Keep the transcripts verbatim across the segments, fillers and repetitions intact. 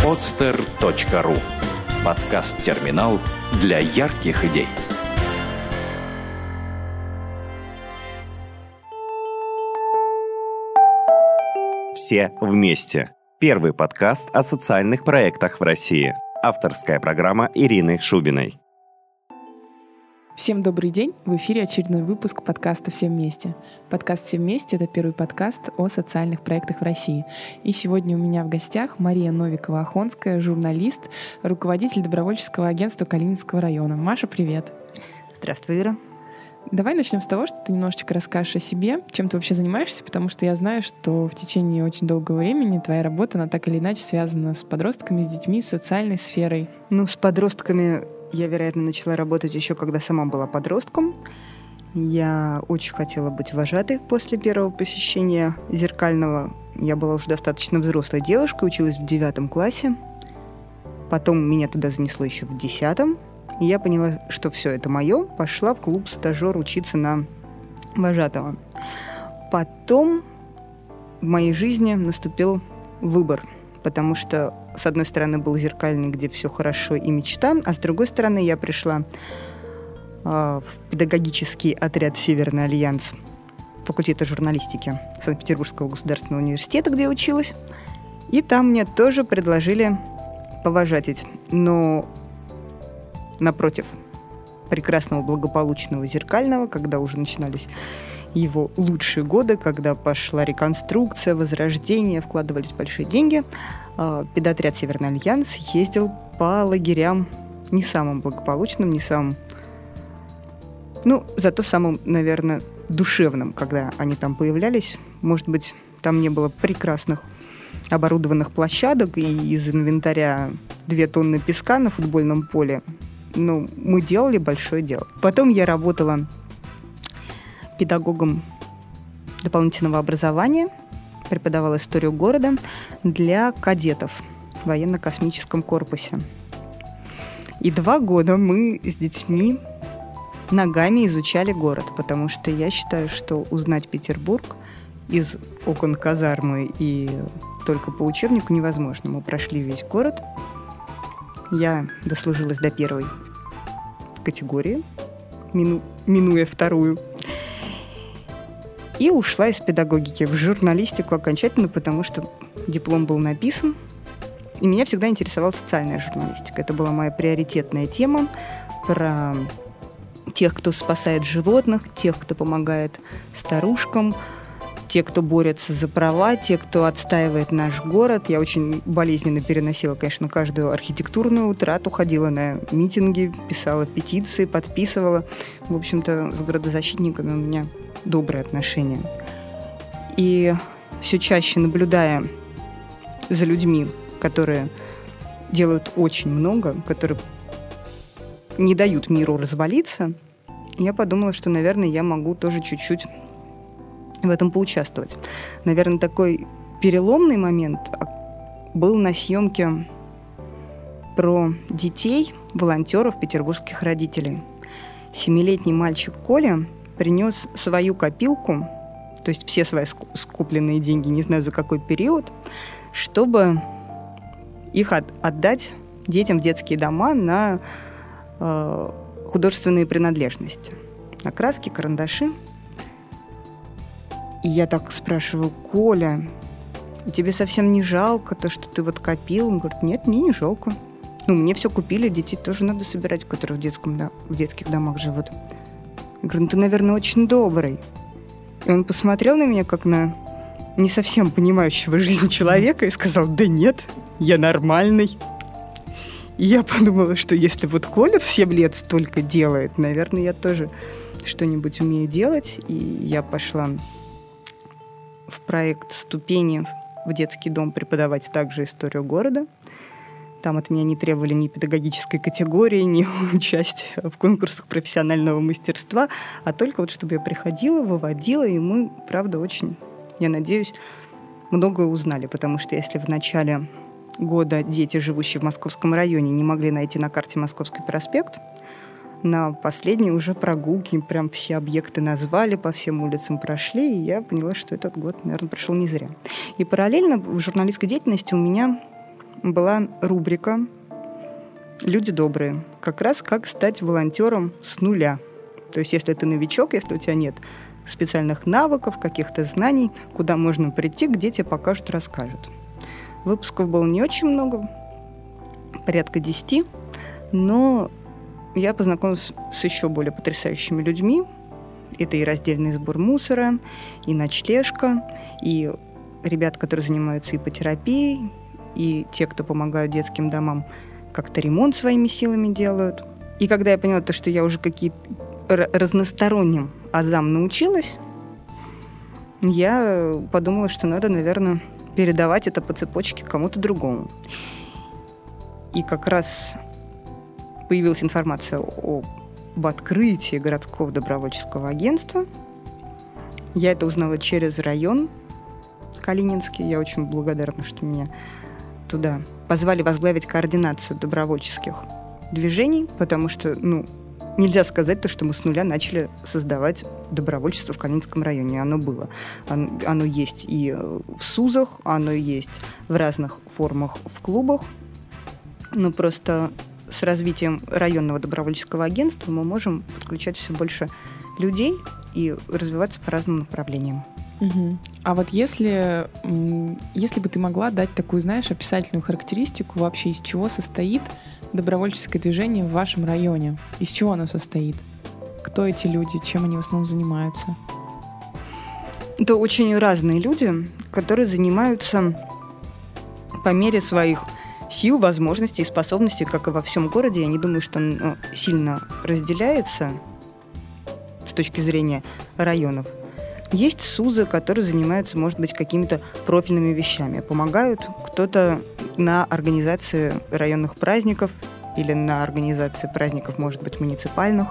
подстер точка ру. Подкаст-терминал для ярких идей. «Все вместе». Первый подкаст о социальных проектах в России. Авторская программа Ирины Шубиной. Всем добрый день! В эфире очередной выпуск подкаста «Все вместе». Подкаст «Все вместе» — это первый подкаст о социальных проектах в России. И сегодня у меня в гостях Мария Новикова-Охонская, журналист, руководитель добровольческого агентства Калининского района. Маша, привет! Здравствуй, Ира. Давай начнем с того, что ты немножечко расскажешь о себе, чем ты вообще занимаешься, потому что я знаю, что в течение очень долгого времени твоя работа, она так или иначе связана с подростками, с детьми, с социальной сферой. Ну, с подростками я, вероятно, начала работать еще когда сама была подростком. Я очень хотела быть вожатой после первого посещения зеркального. Я была уже достаточно взрослой девушкой, училась в девятом классе. Потом меня туда занесло еще в десятом. И я поняла, что все это мое. Пошла в клуб стажер учиться на вожатого. Потом в моей жизни наступил выбор. Потому что, с одной стороны, был зеркальный, где все хорошо и мечта, а с другой стороны, я пришла э, в педагогический отряд «Северный альянс» факультета журналистики Санкт-Петербургского государственного университета, где я училась. И там мне тоже предложили повожатить. Но напротив прекрасного, благополучного зеркального, когда уже начинались его лучшие годы, когда пошла реконструкция, возрождение, вкладывались большие деньги, педотряд «Северный альянс» ездил по лагерям не самым благополучным, не самым, ну, зато самым, наверное, душевным, когда они там появлялись. Может быть, там не было прекрасных оборудованных площадок и из инвентаря две тонны песка на футбольном поле. Но мы делали большое дело. Потом я работала педагогом дополнительного образования, преподавала историю города для кадетов в военно-космическом корпусе. И два года мы с детьми ногами изучали город, потому что я считаю, что узнать Петербург из окон казармы и только по учебнику невозможно. Мы прошли весь город. Я дослужилась до первой категории, мину, минуя вторую. И ушла из педагогики в журналистику окончательно, потому что диплом был написан. И меня всегда интересовала социальная журналистика. Это была моя приоритетная тема про тех, кто спасает животных, тех, кто помогает старушкам, те, кто борется за права, те, кто отстаивает наш город. Я очень болезненно переносила, конечно, каждую архитектурную утрату, ходила на митинги, писала петиции, подписывала. В общем-то, с городозащитниками у меня добрые отношения. И все чаще, наблюдая за людьми, которые делают очень много, которые не дают миру развалиться, я подумала, что, наверное, я могу тоже чуть-чуть в этом поучаствовать. Наверное, такой переломный момент был на съемке про детей, волонтеров, петербургских родителей. Семилетний мальчик Коля принес свою копилку, то есть все свои скупленные деньги, не знаю за какой период, чтобы их от, отдать детям в детские дома на э, художественные принадлежности. На краски, карандаши. И я так спрашиваю: Коля, тебе совсем не жалко то, что ты вот копил? Он говорит: нет, мне не жалко. Ну, мне все купили, детей тоже надо собирать, которые в, детском, да, в детских домах живут. Я говорю: ну ты, наверное, очень добрый. И он посмотрел на меня, как на не совсем понимающего жизнь человека, и сказал: да нет, я нормальный. И я подумала, что если вот Коля в семь лет столько делает, наверное, я тоже что-нибудь умею делать. И я пошла в проект «Ступени» в детский дом преподавать также историю города. Там от меня не требовали ни педагогической категории, ни участия в конкурсах профессионального мастерства, а только вот чтобы я приходила, выводила, и мы, правда, очень, я надеюсь, многое узнали, потому что если в начале года дети, живущие в Московском районе, не могли найти на карте Московский проспект, на последней уже прогулки прям все объекты назвали, по всем улицам прошли, и я поняла, что этот год, наверное, прошел не зря. И параллельно в журналистской деятельности у меня была рубрика «Люди добрые». Как раз как стать волонтером с нуля. То есть если ты новичок, если у тебя нет специальных навыков, каких-то знаний, куда можно прийти, где тебе покажут, расскажут. Выпусков было не очень много, порядка десяти, но я познакомилась с еще более потрясающими людьми. Это и раздельный сбор мусора, и ночлежка, и ребята, которые занимаются ипотерапией, и те, кто помогают детским домам, как-то ремонт своими силами делают. И когда я поняла, что я уже какие-то разносторонним азам научилась, я подумала, что надо, наверное, передавать это по цепочке кому-то другому. И как раз появилась информация об открытии городского добровольческого агентства. Я это узнала через район Калининский. Я очень благодарна, что меня туда позвали возглавить координацию добровольческих движений, потому что, ну, нельзя сказать то, что мы с нуля начали создавать добровольчество в Калининском районе. Оно было. Оно, оно есть и в СУЗах, оно есть в разных формах в клубах. Но просто с развитием районного добровольческого агентства мы можем подключать все больше людей и развиваться по разным направлениям. Угу. А вот если, если бы ты могла дать такую, знаешь, описательную характеристику вообще, из чего состоит добровольческое движение в вашем районе? Из чего оно состоит? Кто эти люди? Чем они в основном занимаются? Это очень разные люди, которые занимаются по мере своих сил, возможностей и способностей, как и во всем городе. Я не думаю, что он сильно разделяется с точки зрения районов. Есть СУЗы, которые занимаются, может быть, какими-то профильными вещами. Помогают кто-то на организации районных праздников или на организации праздников, может быть, муниципальных.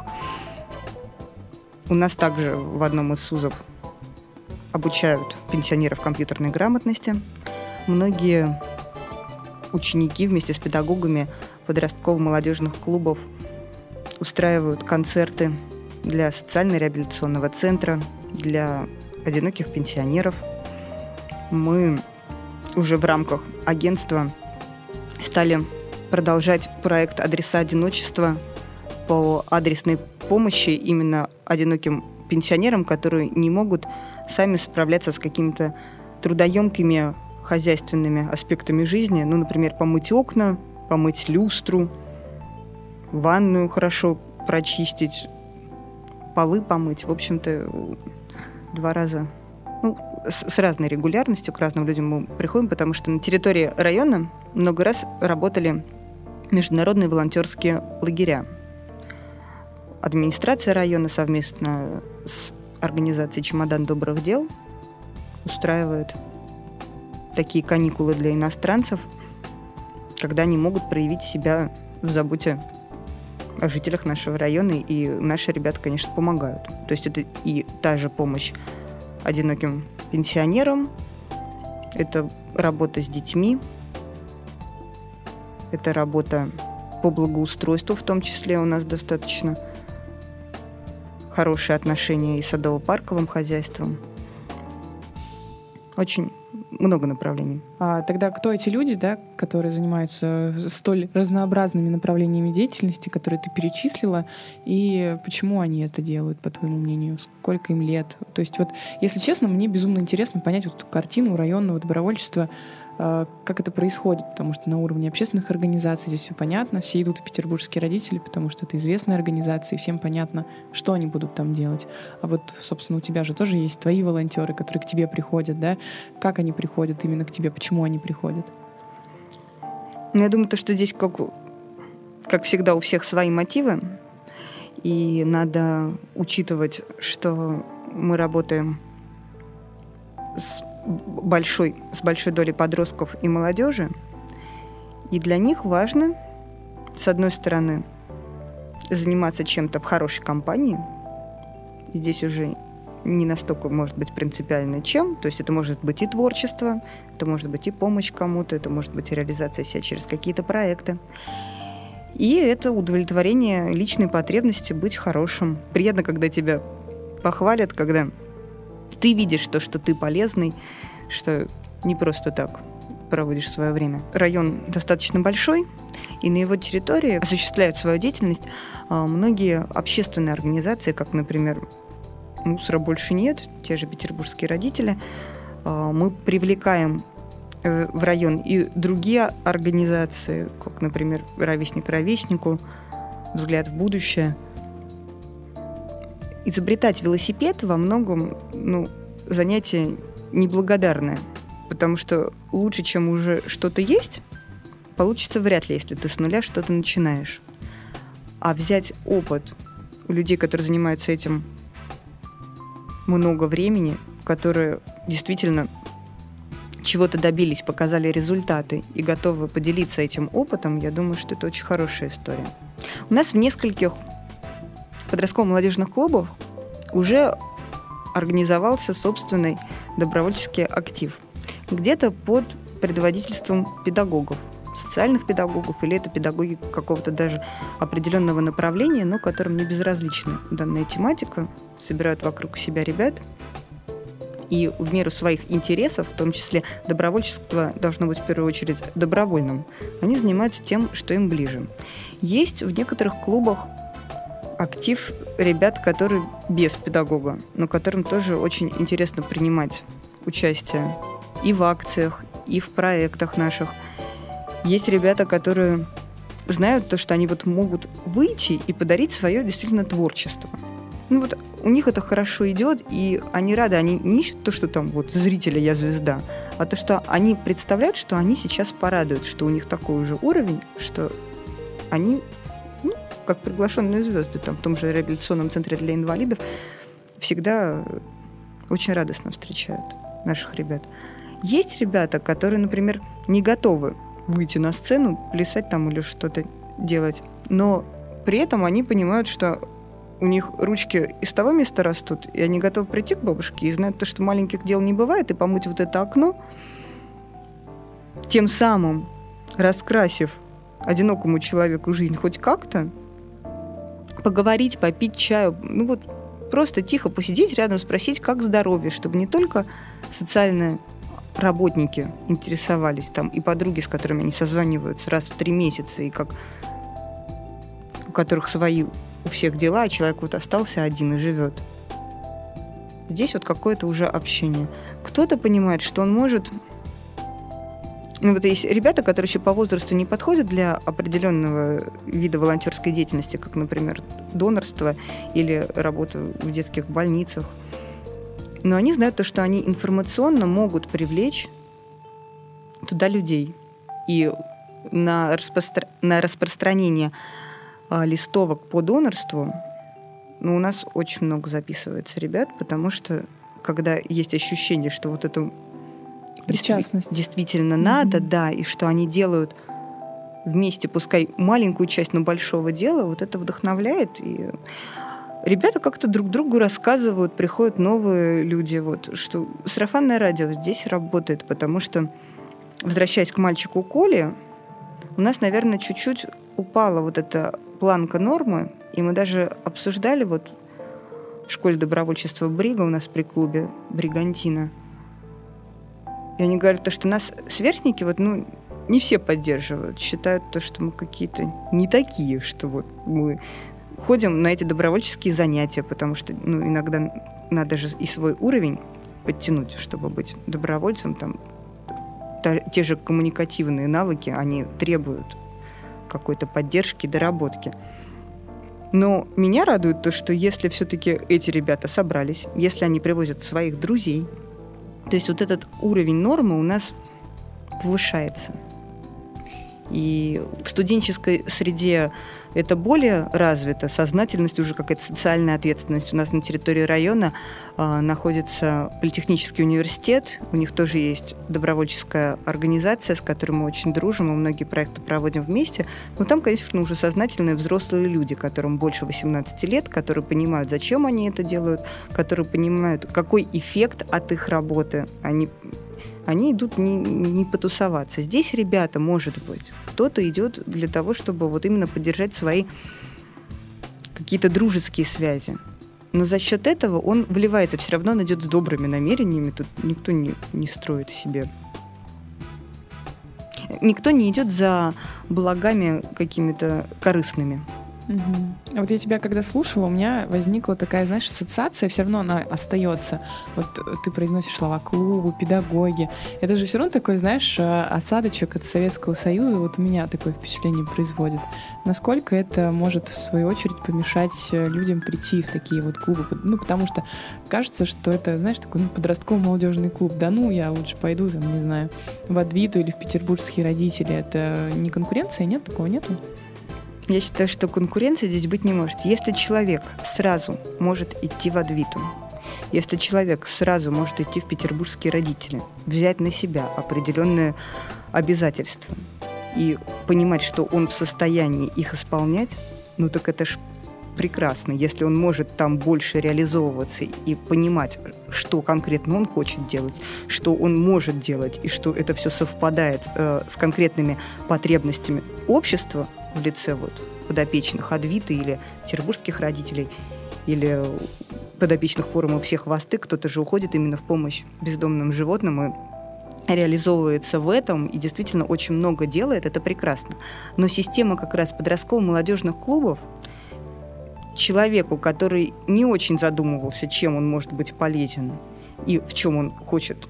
У нас также в одном из СУЗов обучают пенсионеров компьютерной грамотности. Многие ученики вместе с педагогами подростково-молодежных клубов устраивают концерты для социально-реабилитационного центра, для одиноких пенсионеров. Мы уже в рамках агентства стали продолжать проект «Адреса одиночества» по адресной помощи именно одиноким пенсионерам, которые не могут сами справляться с какими-то трудоемкими хозяйственными аспектами жизни. Ну, например, помыть окна, помыть люстру, ванную хорошо прочистить, полы помыть. В общем-то, два раза, ну, с, с разной регулярностью к разным людям мы приходим, потому что на территории района много раз работали международные волонтерские лагеря. Администрация района совместно с организацией «Чемодан добрых дел» устраивает такие каникулы для иностранцев, когда они могут проявить себя в заботе о жителях нашего района, и наши ребята, конечно, помогают. То есть это и та же помощь одиноким пенсионерам, это работа с детьми, это работа по благоустройству, в том числе у нас достаточно хорошие отношения и с садово-парковым хозяйством. Очень много направлений. А тогда кто эти люди, да, которые занимаются столь разнообразными направлениями деятельности, которые ты перечислила, и почему они это делают, по твоему мнению? Сколько им лет? То есть вот, если честно, мне безумно интересно понять вот эту картину районного добровольчества, как это происходит, потому что на уровне общественных организаций здесь все понятно, все идут в петербургские родители, потому что это известная организация, и всем понятно, что они будут там делать. А вот, собственно, у тебя же тоже есть твои волонтеры, которые к тебе приходят, да? Как они приходят именно к тебе, почему они приходят? Ну, я думаю, то, что здесь, как, как всегда, у всех свои мотивы, и надо учитывать, что мы работаем с большой, с большой долей подростков и молодежи, и для них важно, с одной стороны, заниматься чем-то в хорошей компании. Здесь уже не настолько может быть принципиально чем, то есть это может быть и творчество, это может быть и помощь кому-то, это может быть и реализация себя через какие-то проекты. И это удовлетворение личной потребности быть хорошим. Приятно, когда тебя похвалят, когда ты видишь то, что ты полезный, что не просто так проводишь свое время. Район достаточно большой, и на его территории осуществляют свою деятельность многие общественные организации, как, например, «Мусора больше нет», те же петербургские родители. Мы привлекаем в район и другие организации, как, например, «Ровесник ровеснику», «Взгляд в будущее». Изобретать велосипед во многом ну, занятие неблагодарное, потому что лучше, чем уже что-то есть, получится вряд ли, если ты с нуля что-то начинаешь. А взять опыт у людей, которые занимаются этим много времени, которые действительно чего-то добились, показали результаты и готовы поделиться этим опытом, я думаю, что это очень хорошая история. У нас в нескольких подростково-молодежных клубах уже организовался собственный добровольческий актив. Где-то под предводительством педагогов, социальных педагогов, или это педагоги какого-то даже определенного направления, но которым не безразлична данная тематика, собирают вокруг себя ребят, и в меру своих интересов, в том числе добровольчество должно быть в первую очередь добровольным, они занимаются тем, что им ближе. Есть в некоторых клубах актив ребят, которые без педагога, но которым тоже очень интересно принимать участие и в акциях, и в проектах наших. Есть ребята, которые знают то, что они вот могут выйти и подарить свое действительно творчество. Ну вот у них это хорошо идет, и они рады, они не ищут то, что там вот зрители, я звезда, а то, что они представляют, что они сейчас порадуют, что у них такой уже уровень, что они, ну, как приглашенные звезды, там в том же реабилитационном центре для инвалидов, всегда очень радостно встречают наших ребят. Есть ребята, которые, например, не готовы выйти на сцену, плясать там или что-то делать, но при этом они понимают, что у них ручки из того места растут, и они готовы прийти к бабушке и знают то, что маленьких дел не бывает, и помыть вот это окно, тем самым раскрасив одинокому человеку жизнь хоть как-то, поговорить, попить чаю, ну вот просто тихо посидеть рядом, спросить, как здоровье, чтобы не только социальные работники интересовались, там, и подруги, с которыми они созваниваются раз в три месяца, и как у которых свои у всех дела, а человек вот остался один и живет. Здесь вот какое-то уже общение. Кто-то понимает, что он может... Ну, вот есть ребята, которые еще по возрасту не подходят для определенного вида волонтерской деятельности, как, например, донорство или работа в детских больницах. Но они знают то, что они информационно могут привлечь туда людей. И на, распостро... на распространение а, листовок по донорству ну, у нас очень много записывается ребят, потому что когда есть ощущение, что вот это причастность действительно mm-hmm. надо, да, и что они делают вместе, пускай маленькую часть, но большого дела, вот это вдохновляет. И ребята как-то друг другу рассказывают, приходят новые люди, вот, что сарафанное радио здесь работает, потому что, возвращаясь к мальчику Коле, у нас, наверное, чуть-чуть упала вот эта планка нормы, и мы даже обсуждали вот в школе добровольчества Брига у нас при клубе Бригантина. И они говорят, что нас сверстники вот, ну, не все поддерживают, считают то, что мы какие-то не такие, что вот мы ходим на эти добровольческие занятия, потому что ну, иногда надо же и свой уровень подтянуть, чтобы быть добровольцем. Там, та, те же коммуникативные навыки, они требуют какой-то поддержки, доработки. Но меня радует то, что если все-таки эти ребята собрались, если они привозят своих друзей, то есть вот этот уровень нормы у нас повышается. И в студенческой среде это более развито, сознательность, уже какая-то социальная ответственность. У нас на территории района а, находится политехнический университет, у них тоже есть добровольческая организация, с которой мы очень дружим, мы многие проекты проводим вместе. Но там, конечно, уже сознательные взрослые люди, которым больше восемнадцати лет, которые понимают, зачем они это делают, которые понимают, какой эффект от их работы они Они идут не, не потусоваться. Здесь ребята, может быть, кто-то идет для того, чтобы вот именно поддержать свои какие-то дружеские связи. Но за счет этого он вливается, все равно он идет с добрыми намерениями. Тут никто не, не строит себе никто не идет за благами какими-то корыстными. Угу. Вот я тебя когда слушала, у меня возникла такая, знаешь, ассоциация, все равно она остается. Вот ты произносишь слова клубы, педагоги. Это же все равно такой, знаешь, осадочек от Советского Союза. Вот у меня такое впечатление производит. Насколько это может, в свою очередь, помешать людям прийти в такие вот клубы? Ну, потому что кажется, что это, знаешь, такой ну, подростковый молодежный клуб. Да ну, я лучше пойду, там, не знаю, в Адвиту или в Петербургские родители. Это не конкуренция? Нет, такого нету? Я считаю, что конкуренции здесь быть не может. Если человек сразу может идти в Адвиту, если человек сразу может идти в петербургские родители, взять на себя определенные обязательства и понимать, что он в состоянии их исполнять, ну так это ж прекрасно. Если он может там больше реализовываться и понимать, что конкретно он хочет делать, что он может делать, и что это все совпадает э, с конкретными потребностями общества, в лице вот подопечных Адвита или петербургских родителей, или подопечных форума «Всех хвосты», кто-то же уходит именно в помощь бездомным животным и реализовывается в этом, и действительно очень много делает, это прекрасно. Но система как раз подростково-молодежных клубов человеку, который не очень задумывался, чем он может быть полезен и в чем он хочет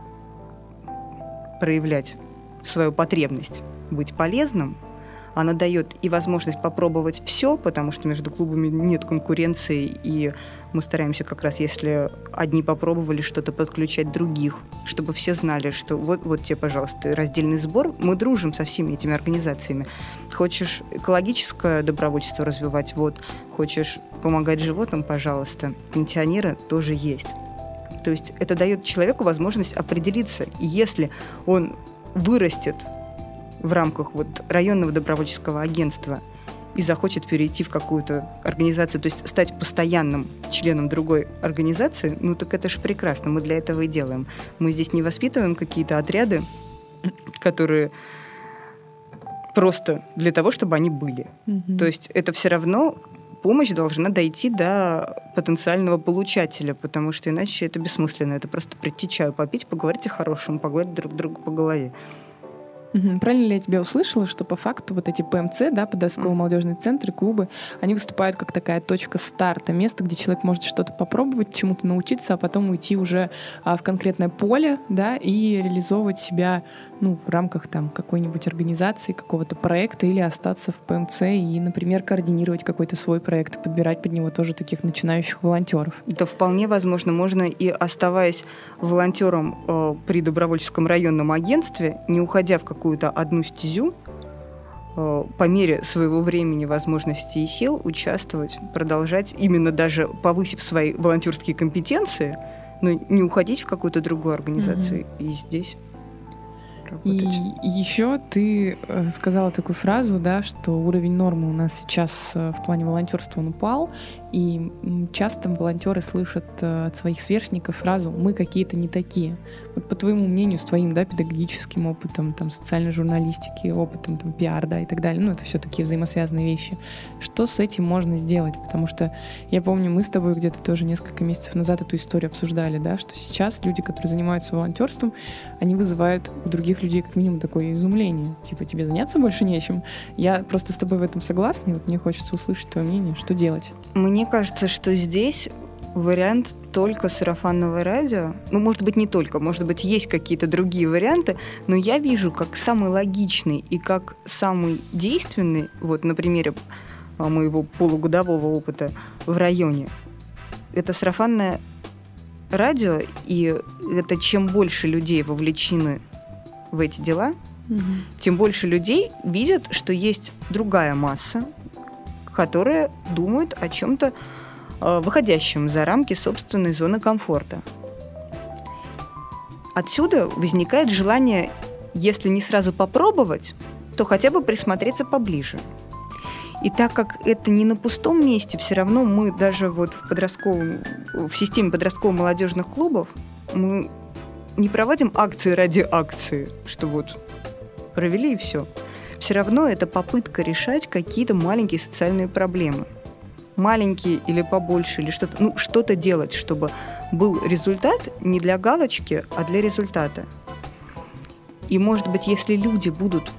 проявлять свою потребность быть полезным, она дает и возможность попробовать все, потому что между клубами нет конкуренции, и мы стараемся как раз, если одни попробовали что-то, подключать других, чтобы все знали, что вот, вот тебе, пожалуйста, раздельный сбор. Мы дружим со всеми этими организациями. Хочешь экологическое добровольчество развивать, вот. Хочешь помогать животным, пожалуйста. Пенсионеры тоже есть. То есть это дает человеку возможность определиться. И если он вырастет в рамках вот районного добровольческого агентства и захочет перейти в какую-то организацию, то есть стать постоянным членом другой организации, ну так это же прекрасно, мы для этого и делаем. Мы здесь не воспитываем какие-то отряды, которые просто для того, чтобы они были. Mm-hmm. То есть это все равно помощь должна дойти до потенциального получателя, потому что иначе это бессмысленно. Это просто прийти чаю попить, поговорить о хорошем, погладить друг друга по голове. Угу. Правильно ли я тебя услышала, что по факту вот эти ПМЦ, да, подростково-молодежные центры, клубы, они выступают как такая точка старта, место, где человек может что-то попробовать, чему-то научиться, а потом уйти уже а, в конкретное поле, да, и реализовывать себя, ну, в рамках там какой-нибудь организации, какого-то проекта, или остаться в ПМЦ и, например, координировать какой-то свой проект и подбирать под него тоже таких начинающих волонтеров. Это вполне возможно. Можно и оставаясь волонтером э, при добровольческом районном агентстве, не уходя в какую-то какую-то одну стезю, э, по мере своего времени, возможностей и сил участвовать, продолжать, именно даже повысив свои волонтерские компетенции, но не уходить в какую-то другую организацию mm-hmm. и здесь работать. И еще ты сказала такую фразу, да, что уровень нормы у нас сейчас в плане волонтерства он упал, и часто волонтеры слышат от своих сверстников фразу «мы какие-то не такие». Вот по твоему мнению, с твоим, да, педагогическим опытом, там, социальной журналистики, опытом, там, пиар, да, и так далее, ну, это все такие взаимосвязанные вещи. Что с этим можно сделать? Потому что я помню, мы с тобой где-то тоже несколько месяцев назад эту историю обсуждали, да, что сейчас люди, которые занимаются волонтерством, они вызывают у других людей как минимум такое изумление. Типа, тебе заняться больше нечем? Я просто с тобой в этом согласна, и вот мне хочется услышать твое мнение, что делать. Мне кажется, что здесь вариант только сарафанного радио. Ну, может быть, не только, может быть, есть какие-то другие варианты, но я вижу как самый логичный и как самый действенный, вот на примере моего полугодового опыта в районе, это сарафанное радио, и это чем больше людей вовлечены в эти дела, угу. тем больше людей видят, что есть другая масса, которые думают о чем-то э, выходящем за рамки собственной зоны комфорта. Отсюда возникает желание, если не сразу попробовать, то хотя бы присмотреться поближе. И так как это не на пустом месте, все равно мы даже вот в, подростковом, в системе подростково-молодежных клубов мы не проводим акции ради акции, что вот провели и все. Все равно это попытка решать какие-то маленькие социальные проблемы. Маленькие или побольше, или что-то, ну, что-то делать, чтобы был результат не для галочки, а для результата. И, может быть, если люди будут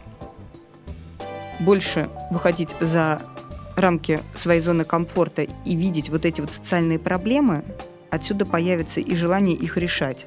больше выходить за рамки своей зоны комфорта и видеть вот эти вот социальные проблемы, отсюда появится и желание их решать.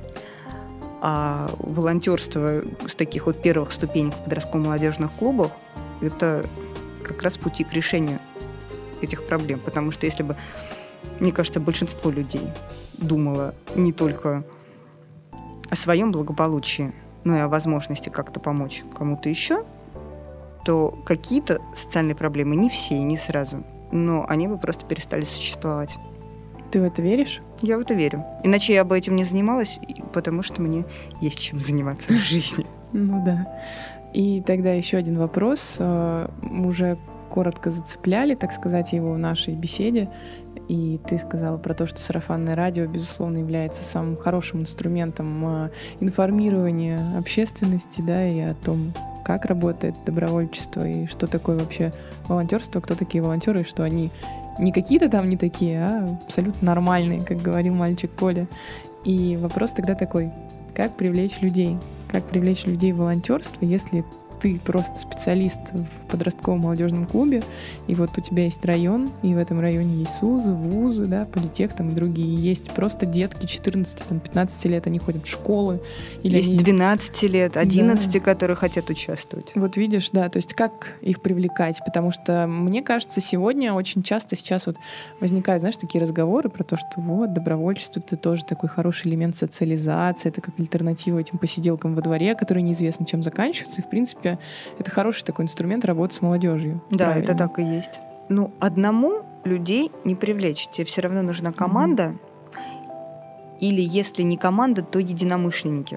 А волонтерство с таких вот первых ступенек в подростково-молодежных клубах – это как раз пути к решению этих проблем. Потому что если бы, мне кажется, большинство людей думало не только о своем благополучии, но и о возможности как-то помочь кому-то еще, то какие-то социальные проблемы, не все и не сразу, но они бы просто перестали существовать. Ты в это веришь? Я в это верю. Иначе я бы этим не занималась, потому что мне есть чем заниматься в жизни. Ну да. И тогда еще один вопрос. Мы уже коротко зацепляли, так сказать, его в нашей беседе. И ты сказала про то, что сарафанное радио, безусловно, является самым хорошим инструментом информирования общественности, да, и о том, как работает добровольчество и что такое вообще волонтерство, кто такие волонтеры, и что они не какие-то там не такие, а абсолютно нормальные, как говорил мальчик Коля. И вопрос тогда такой: как привлечь людей? Как привлечь людей в волонтерство, если ты просто специалист в подростковом молодежном клубе, и вот у тебя есть район, и в этом районе есть СУЗы, вузы, да, политех там и другие. Есть просто детки четырнадцати-пятнадцати лет, они ходят в школы. Или есть они... двенадцати лет, одиннадцати, да, которые хотят участвовать. Вот видишь, да, то есть как их привлекать? Потому что, мне кажется, сегодня очень часто сейчас вот возникают, знаешь, такие разговоры про то, что вот, добровольчество — это тоже такой хороший элемент социализации, это как альтернатива этим посиделкам во дворе, которые неизвестно чем заканчиваются, и, в принципе, это хороший такой инструмент работы с молодежью. Да, правильно? Это так и есть. Ну, одному людей не привлечь. Тебе все равно нужна команда. Mm-hmm. Или, если не команда, то единомышленники.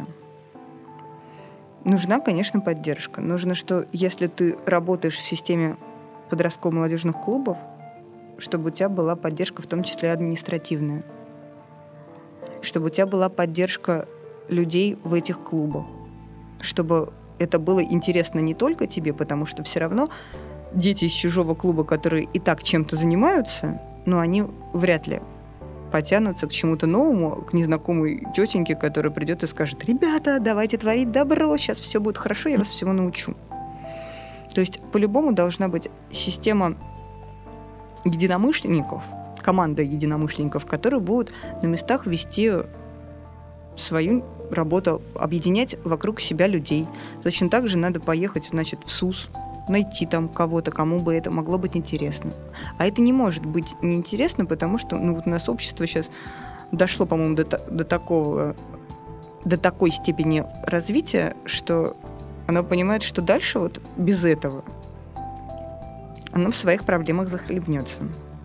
Нужна, конечно, поддержка. Нужно, что если ты работаешь в системе подростково-молодежных клубов, чтобы у тебя была поддержка, в том числе административная. Чтобы у тебя была поддержка людей в этих клубах. Чтобы это было интересно не только тебе, потому что все равно дети из чужого клуба, которые и так чем-то занимаются, но они вряд ли потянутся к чему-то новому, к незнакомой тетеньке, которая придет и скажет: ребята, давайте творить добро, сейчас все будет хорошо, я вас всему научу. То есть по-любому должна быть система единомышленников, команда единомышленников, которые будут на местах вести свою работу, объединять вокруг себя людей. Точно так же надо поехать, значит, в СУЗ, найти там кого-то, кому бы это могло быть интересно. А это не может быть неинтересно, потому что ну, вот у нас общество сейчас дошло, по-моему, до, до такого, до такой степени развития, что оно понимает, что дальше вот без этого оно в своих проблемах захлебнется.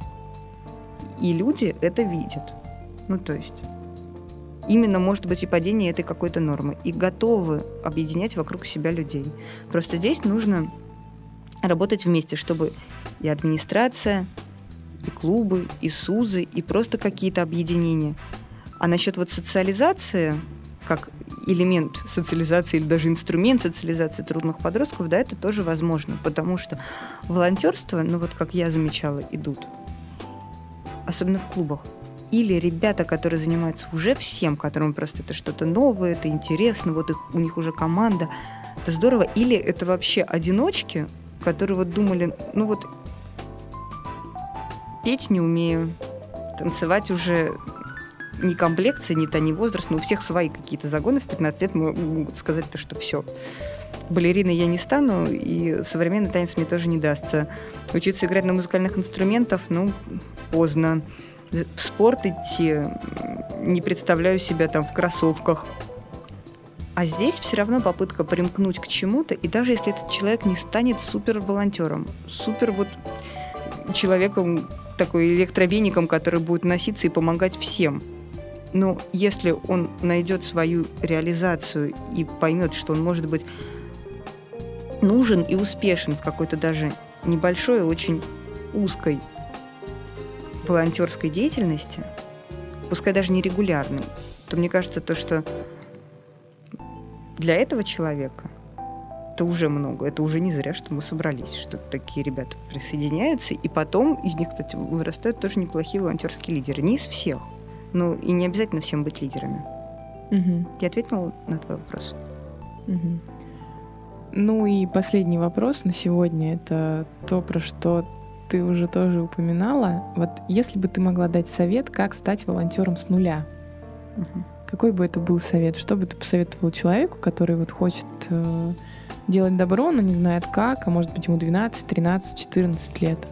И люди это видят. Ну, то есть именно, может быть, и падение этой какой-то нормы. И готовы объединять вокруг себя людей. Просто здесь нужно работать вместе, чтобы и администрация, и клубы, и СУЗы, и просто какие-то объединения. А насчет вот социализации, как элемент социализации или даже инструмент социализации трудных подростков, да, это тоже возможно. Потому что волонтерство, ну вот как я замечала, идут, особенно в клубах, или ребята, которые занимаются уже всем, которым просто это что-то новое, это интересно, вот их, у них уже команда, это здорово. Или это вообще одиночки, которые вот думали, ну вот петь не умею, танцевать уже ни комплекция, ни та, ни возраст, но у всех свои какие-то загоны. В пятнадцать лет могут сказать, то, что все, балериной я не стану, и современный танец мне тоже не дастся. Учиться играть на музыкальных инструментах, ну, поздно. В спорт идти не представляю себя там в кроссовках. А здесь все равно попытка примкнуть к чему-то, и даже если этот человек не станет супер-волонтером, супер вот человеком, такой электровеником, который будет носиться и помогать всем, но если он найдет свою реализацию и поймет, что он может быть нужен и успешен в какой-то даже небольшой, очень узкой волонтерской деятельности, пускай даже нерегулярной, то мне кажется, то, что для этого человека это уже много, это уже не зря, что мы собрались, что такие ребята присоединяются, и потом из них, кстати, вырастают тоже неплохие волонтерские лидеры. Не из всех, но и не обязательно всем быть лидерами. Угу. Я ответила на твой вопрос? Угу. Ну и последний вопрос на сегодня — это то, про что ты уже тоже упоминала. Вот если бы ты могла дать совет, как стать волонтером с нуля, угу. какой бы это был совет? Что бы ты посоветовала человеку, который вот хочет э, делать добро, но не знает как, а может быть ему двенадцать, тринадцать, четырнадцать лет?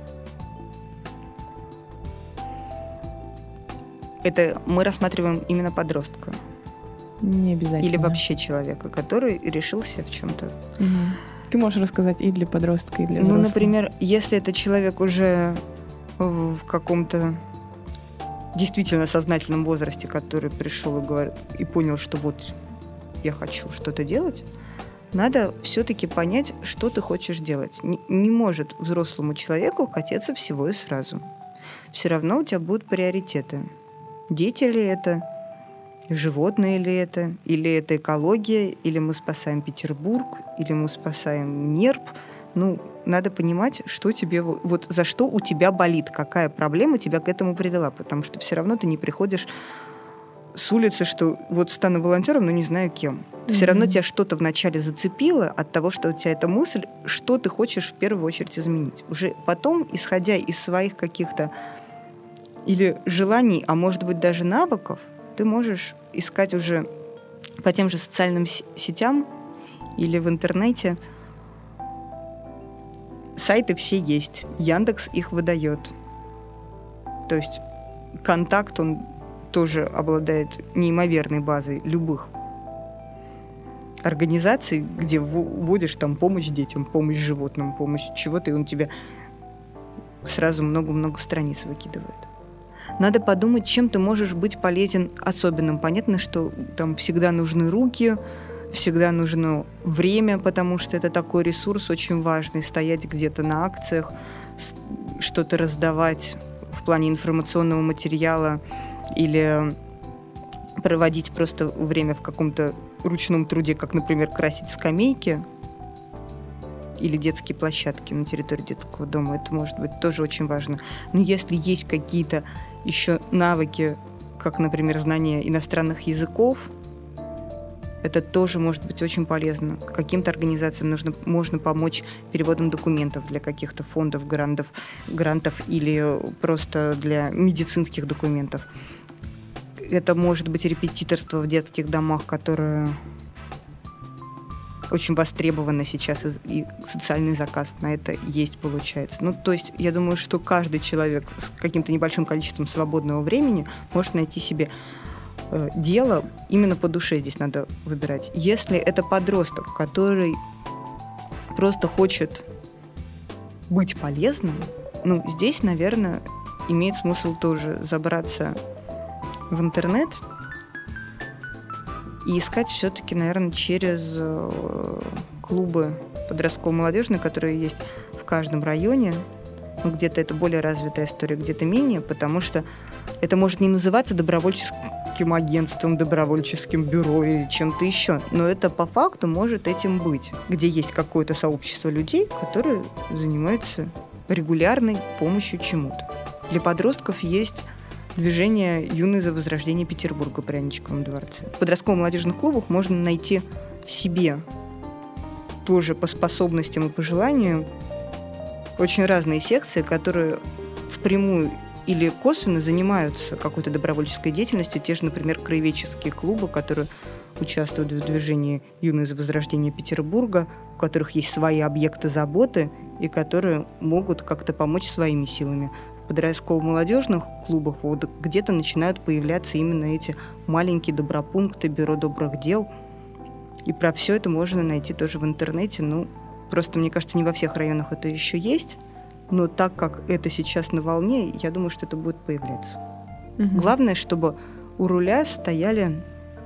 Это мы рассматриваем именно подростка? Не обязательно. Или вообще человека, который решился в чем-то. Угу. Ты можешь рассказать и для подростка, и для взрослого. Ну, например, если это человек уже в каком-то действительно сознательном возрасте, который пришел и, говор... и понял, что вот я хочу что-то делать, надо все-таки понять, что ты хочешь делать. Не, не может взрослому человеку хотеться всего и сразу. Все равно у тебя будут приоритеты. Дети ли это? Животные ли это, или это экология, или мы спасаем Петербург, или мы спасаем нерп. Ну, надо понимать, что тебе, вот за что у тебя болит, какая проблема тебя к этому привела, потому что все равно ты не приходишь с улицы, что вот стану волонтером, но не знаю кем. Mm-hmm. Все равно тебя что-то вначале зацепило от того, что у тебя эта мысль, что ты хочешь в первую очередь изменить. Уже потом, исходя из своих каких-то или желаний, а может быть даже навыков, ты можешь искать уже по тем же социальным сетям или в интернете. Сайты все есть. Яндекс их выдает. То есть Контакт, он тоже обладает неимоверной базой любых организаций, где вводишь там помощь детям, помощь животным, помощь чего-то, и он тебе сразу много-много страниц выкидывает. Надо подумать, чем ты можешь быть полезен особенным. Понятно, что там всегда нужны руки, всегда нужно время, потому что это такой ресурс очень важный. Стоять где-то на акциях, что-то раздавать в плане информационного материала или проводить просто время в каком-то ручном труде, как, например, красить скамейки или детские площадки на территории детского дома. Это может быть тоже очень важно. Но если есть какие-то еще навыки, как, например, знание иностранных языков, это тоже может быть очень полезно. Каким-то организациям нужно, можно помочь переводом документов для каких-то фондов, грантов, грантов или просто для медицинских документов. Это может быть репетиторство в детских домах, которое очень востребовано сейчас, и социальный заказ на это есть, получается. Ну, то есть, я думаю, что каждый человек с каким-то небольшим количеством свободного времени может найти себе э, дело именно по душе. Здесь надо выбирать. Если это подросток, который просто хочет быть полезным, ну, здесь, наверное, имеет смысл тоже забраться в интернет и искать все-таки, наверное, через э, клубы подростково-молодежные, которые есть в каждом районе. Ну, где-то это более развитая история, где-то менее, потому что это может не называться добровольческим агентством, добровольческим бюро или чем-то еще, но это по факту может этим быть, где есть какое-то сообщество людей, которые занимаются регулярной помощью чему-то. Для подростков есть движение «Юные за возрождение Петербурга» при Анечковом дворце. В подростково-молодежных клубах можно найти себе тоже по способностям и по желанию очень разные секции, которые впрямую или косвенно занимаются какой-то добровольческой деятельностью. Те же, например, краеведческие клубы, которые участвуют в движении «Юные за возрождение Петербурга», у которых есть свои объекты заботы и которые могут как-то помочь своими силами. В подростково-молодежных клубах вот где-то начинают появляться именно эти маленькие добропункты, бюро добрых дел. И про все это можно найти тоже в интернете. Ну, просто, мне кажется, не во всех районах это еще есть. Но так как это сейчас на волне, я думаю, что это будет появляться. Угу. Главное, чтобы у руля стояли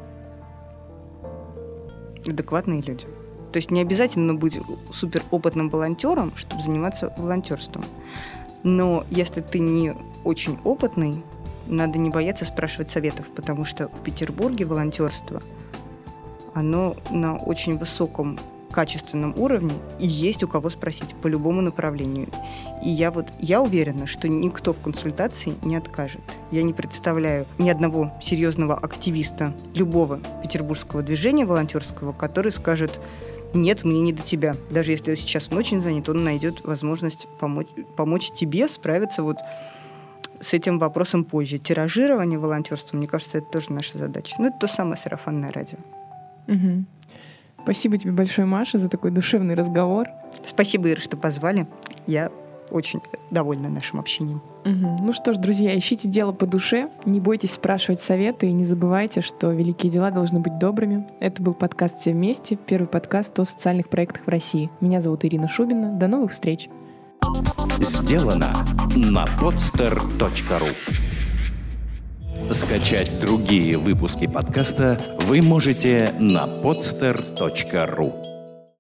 адекватные люди. То есть не обязательно быть суперопытным волонтером, чтобы заниматься волонтерством. Но если ты не очень опытный, надо не бояться спрашивать советов, потому что в Петербурге волонтерство, оно на очень высоком качественном уровне, и есть у кого спросить по любому направлению. И я вот я уверена, что никто в консультации не откажет. Я не представляю ни одного серьезного активиста любого петербургского движения волонтерского, который скажет: нет, мне не до тебя. Даже если сейчас он очень занят, он найдет возможность помочь, помочь тебе справиться вот с этим вопросом позже. Тиражирование волонтерства, мне кажется, это тоже наша задача. Ну, это то самое сарафанное радио. Угу. Спасибо тебе большое, Маша, за такой душевный разговор. Спасибо, Ира, что позвали. Я очень довольна нашим общением. Угу. Ну что ж, друзья, ищите дело по душе, не бойтесь спрашивать советы и не забывайте, что великие дела должны быть добрыми. Это был подкаст «Все вместе», первый подкаст о социальных проектах в России. Меня зовут Ирина Шубина. До новых встреч! Сделано на podster точка ру. Скачать другие выпуски подкаста вы можете на podster точка ру.